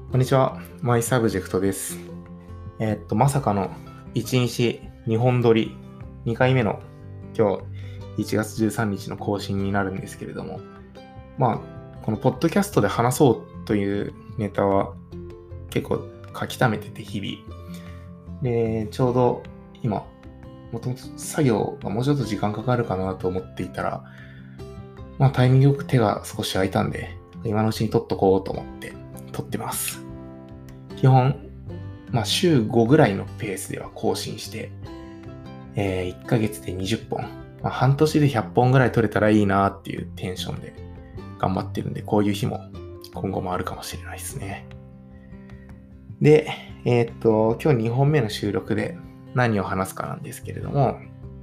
こんにちは。マイサブジェクトです。まさかの1日2本撮り2回目の今日1月13日の更新になるんですけれども、このポッドキャストで話そうというネタは結構書き溜めてて日々。で、ちょうど今、もともと作業がもうちょっと時間かかるかなと思っていたら、タイミングよく手が少し空いたんで、今のうちに撮っとこうと思って撮ってます。基本、週5ぐらいのペースでは更新して、1ヶ月で20本、半年で100本ぐらい撮れたらいいなっていうテンションで頑張ってるんで、こういう日も今後もあるかもしれないですね。で、今日2本目の収録で何を話すかなんですけれども、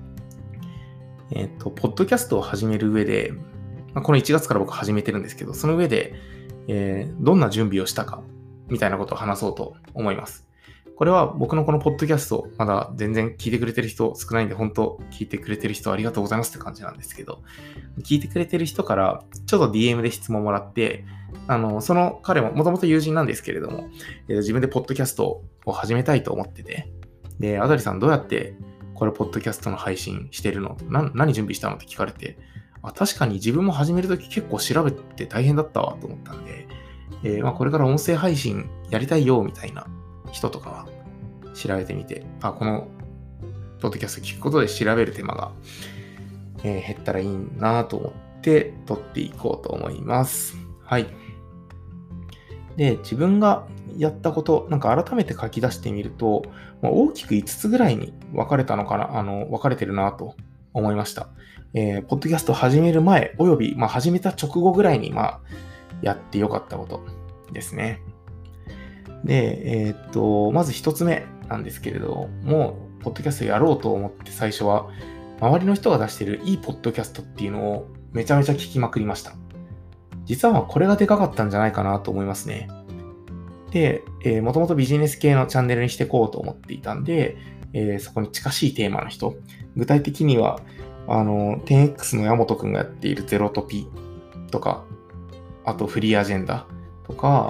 ポッドキャストを始める上で、この1月から僕始めてるんですけど、その上で、どんな準備をしたか、みたいなことを話そうと思います。これは僕のこのポッドキャスト、まだ全然聞いてくれてる人少ないんで、本当聞いてくれてる人ありがとうございますって感じなんですけど、聞いてくれてる人からちょっと DM で質問もらって、その彼ももともと友人なんですけれども、自分でポッドキャストを始めたいと思ってて、で、あだりさんどうやってこれポッドキャストの配信してるの？何準備したのって聞かれて、確かに自分も始めるとき結構調べて大変だったわと思ったんで、これから音声配信やりたいよみたいな人とかは調べてみて、このポッドキャスト聞くことで調べる手間が、減ったらいいなと思って撮っていこうと思います。はい。で、自分がやったこと、改めて書き出してみると、大きく5つぐらいに分かれたのかな、分かれてるなと思いました。ポッドキャスト始める前、および、始めた直後ぐらいに、やってよかったことですね。で、まず一つ目なんですけれども、ポッドキャストやろうと思って最初は、周りの人が出しているいいポッドキャストっていうのをめちゃめちゃ聞きまくりました。実はこれがでかかったんじゃないかなと思いますね。で、もともとビジネス系のチャンネルにしていこうと思っていたんで、そこに近しいテーマの人、具体的には、10X の山本くんがやっているゼロトピとか、あとフリーアジェンダとか、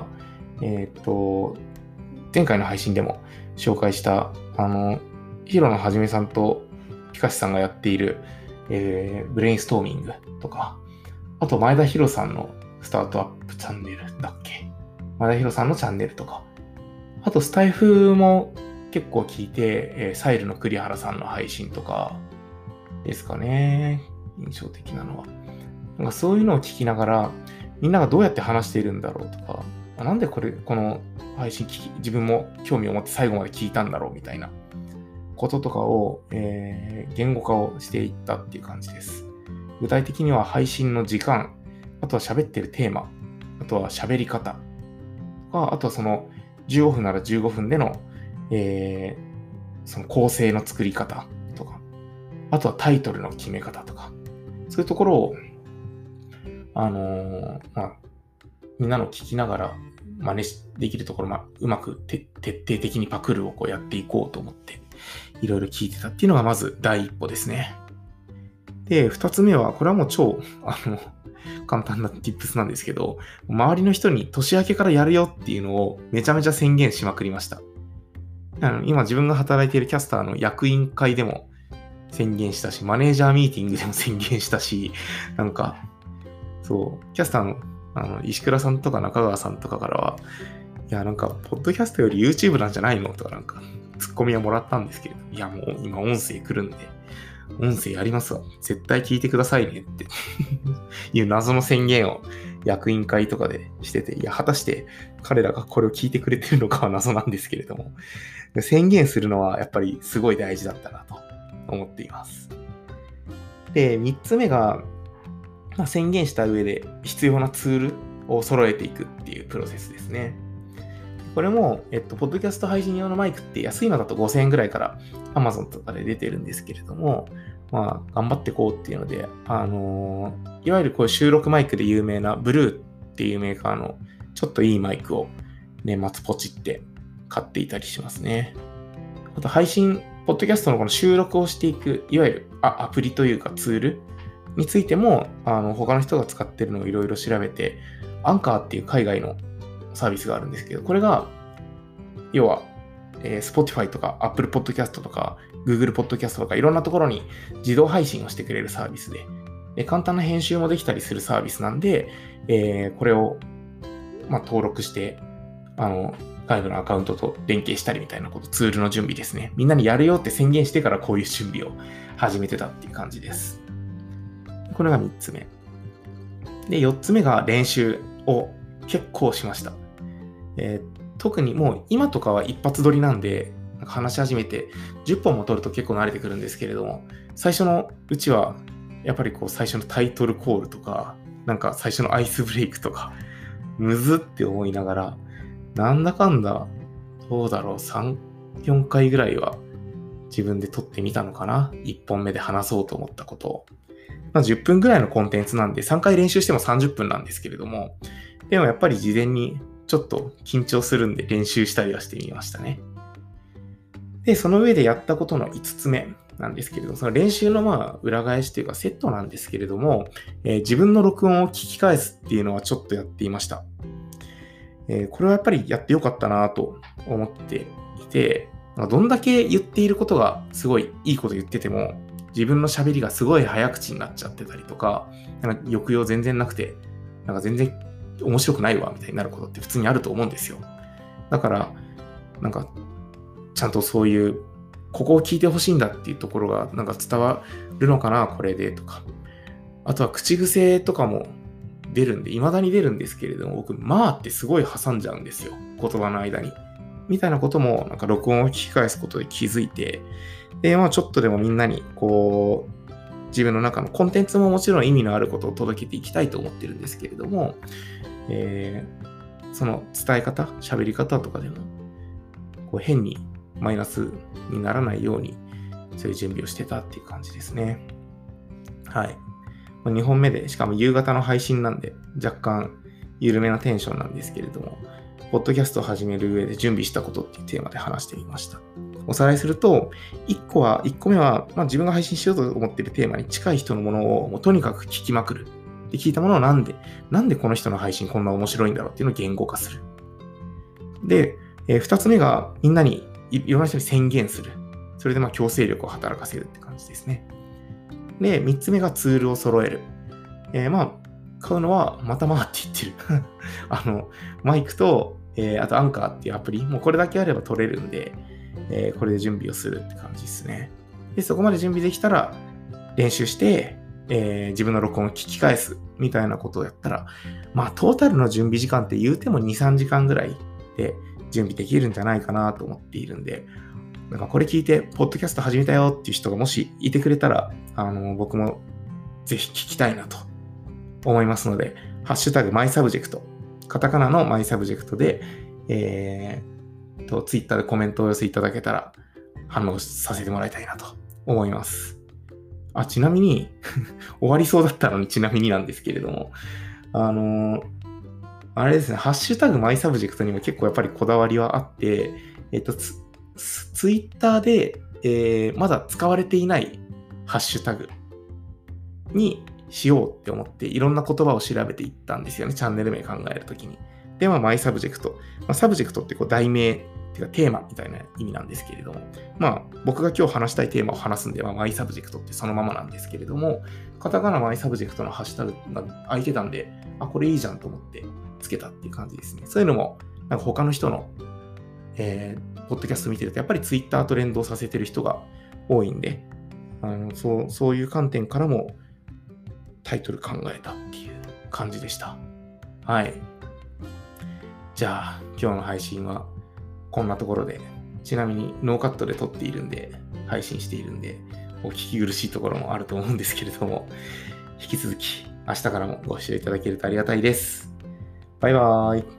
前回の配信でも紹介した、広野はじめさんとピカシさんがやっている、ブレインストーミングとか、あと前田博さんのスタートアップチャンネルだっけ？前田博さんのチャンネルとか、あとスタイフも結構聞いて、サイルの栗原さんの配信とかですかね、印象的なのは。そういうのを聞きながら、みんながどうやって話しているんだろうとか、なんでこの配信自分も興味を持って最後まで聞いたんだろうみたいなこととかを、言語化をしていったっていう感じです。具体的には配信の時間、あとは喋ってるテーマ、あとは喋り方とか、あとはその15分なら15分での、その構成の作り方とか、あとはタイトルの決め方とか、そういうところをみんなの聞きながら真似できるところ、うまく徹底的にパクるをこうやっていこうと思って、いろいろ聞いてたっていうのがまず第一歩ですね。で、二つ目は、これはもう超、簡単な tips なんですけど、周りの人に年明けからやるよっていうのをめちゃめちゃ宣言しまくりました。今自分が働いているキャスターの役員会でも宣言したし、マネージャーミーティングでも宣言したし、そう、キャスターの石倉さんとか中川さんとかからは、ポッドキャストより YouTube なんじゃないのとかツッコミはもらったんですけれど、いやもう今音声来るんで、音声やりますわ。絶対聞いてくださいねっていう謎の宣言を役員会とかでしてて、いや、果たして彼らがこれを聞いてくれてるのかは謎なんですけれども、宣言するのはやっぱりすごい大事だったなと思っています。で、3つ目が、宣言した上で必要なツールを揃えていくっていうプロセスですね。これも、ポッドキャスト配信用のマイクって安いのだと5000円ぐらいから Amazon とかで出てるんですけれども、頑張っていこうっていうので、いわゆるこういう収録マイクで有名なブルーっていうメーカーのちょっといいマイクを年末ポチって買っていたりしますね。あと配信、ポッドキャストのこの収録をしていく、いわゆるアプリというかツールについても、他の人が使ってるのをいろいろ調べて、アンカーっていう海外のサービスがあるんですけど、これが、要は、Spotify とか Apple Podcast とか Google Podcast とかいろんなところに自動配信をしてくれるサービスで、簡単な編集もできたりするサービスなんで、これを、登録して、外部のアカウントと連携したりみたいなこと、ツールの準備ですね。みんなにやるよって宣言してからこういう準備を始めてたっていう感じです。これが3つ目。で、4つ目が練習を結構しました。特にもう今とかは一発撮りなんで、話し始めて10本も撮ると結構慣れてくるんですけれども、最初のうちはやっぱり最初のタイトルコールとか、最初のアイスブレイクとか、むずって思いながら、なんだかんだ、どうだろう、3、4回ぐらいは自分で撮ってみたのかな。1本目で話そうと思ったことを。10分ぐらいのコンテンツなんで、3回練習しても30分なんですけれども、でもやっぱり事前にちょっと緊張するんで練習したりはしてみましたね。で、その上でやったことの5つ目なんですけれども、その練習の裏返しというかセットなんですけれども、自分の録音を聞き返すっていうのはちょっとやっていました。これはやっぱりやってよかったなと思っていて、どんだけ言っていることがすごいいいこと言ってても、自分の喋りがすごい早口になっちゃってたりとか、抑揚全然なくて、全然面白くないわみたいになることって普通にあると思うんですよ。だから、ちゃんとそういう、ここを聞いてほしいんだっていうところが伝わるのかな、これでとか。あとは口癖とかも出るんで、未だに出るんですけれども、僕、ってすごい挟んじゃうんですよ。言葉の間に。みたいなことも、録音を聞き返すことで気づいて、で、ちょっとでもみんなに、自分の中のコンテンツももちろん意味のあることを届けていきたいと思ってるんですけれども、その伝え方、喋り方とかでも、変にマイナスにならないように、そういう準備をしてたっていう感じですね。はい。2本目で、しかも夕方の配信なんで、若干緩めなテンションなんですけれども、ポッドキャストを始める上で準備したことっていうテーマで話してみました。おさらいすると、1個目は、自分が配信しようと思っているテーマに近い人のものをもうとにかく聞きまくる。で、聞いたものをなんでこの人の配信こんな面白いんだろうっていうのを言語化する。で、2つ目がみんなに、いろんな人に宣言する。それで強制力を働かせるって感じですね。で、3つ目がツールを揃える。買うのはまたって言ってる。マイクと、あとアンカーっていうアプリ。もうこれだけあれば取れるんで、これで準備をするって感じですね。で、そこまで準備できたら練習して、自分の録音を聞き返すみたいなことをやったら、トータルの準備時間って言うても2、3時間ぐらいで準備できるんじゃないかなと思っているんで、これ聞いて、ポッドキャスト始めたよっていう人がもしいてくれたら、僕もぜひ聞きたいなと思いますので、ハッシュタグマイサブジェクト、カタカナのマイサブジェクトで、ツイッターでコメントをお寄せいただけたら反応させてもらいたいなと思います。ちなみに、終わりそうだったのにちなみになんですけれども、あれですね、ハッシュタグマイサブジェクトにも結構やっぱりこだわりはあって、ツイッターで、まだ使われていないハッシュタグにしようって思っていろんな言葉を調べていったんですよね。チャンネル名考えるときに。で、マイサブジェクト。サブジェクトって題名っていうかテーマみたいな意味なんですけれども、僕が今日話したいテーマを話すんで、マイサブジェクトってそのままなんですけれども、カタカナマイサブジェクトのハッシュタグが空いてたんで、これいいじゃんと思ってつけたっていう感じですね。そういうのも、他の人のポッドキャスト見てると、やっぱりツイッターと連動させてる人が多いんで、そういう観点からもタイトル考えたっていう感じでした。はい。じゃあ、今日の配信はこんなところで、ちなみにノーカットで撮っているんで、配信しているんで、お聞き苦しいところもあると思うんですけれども、引き続き明日からもご視聴いただけるとありがたいです。バイバーイ。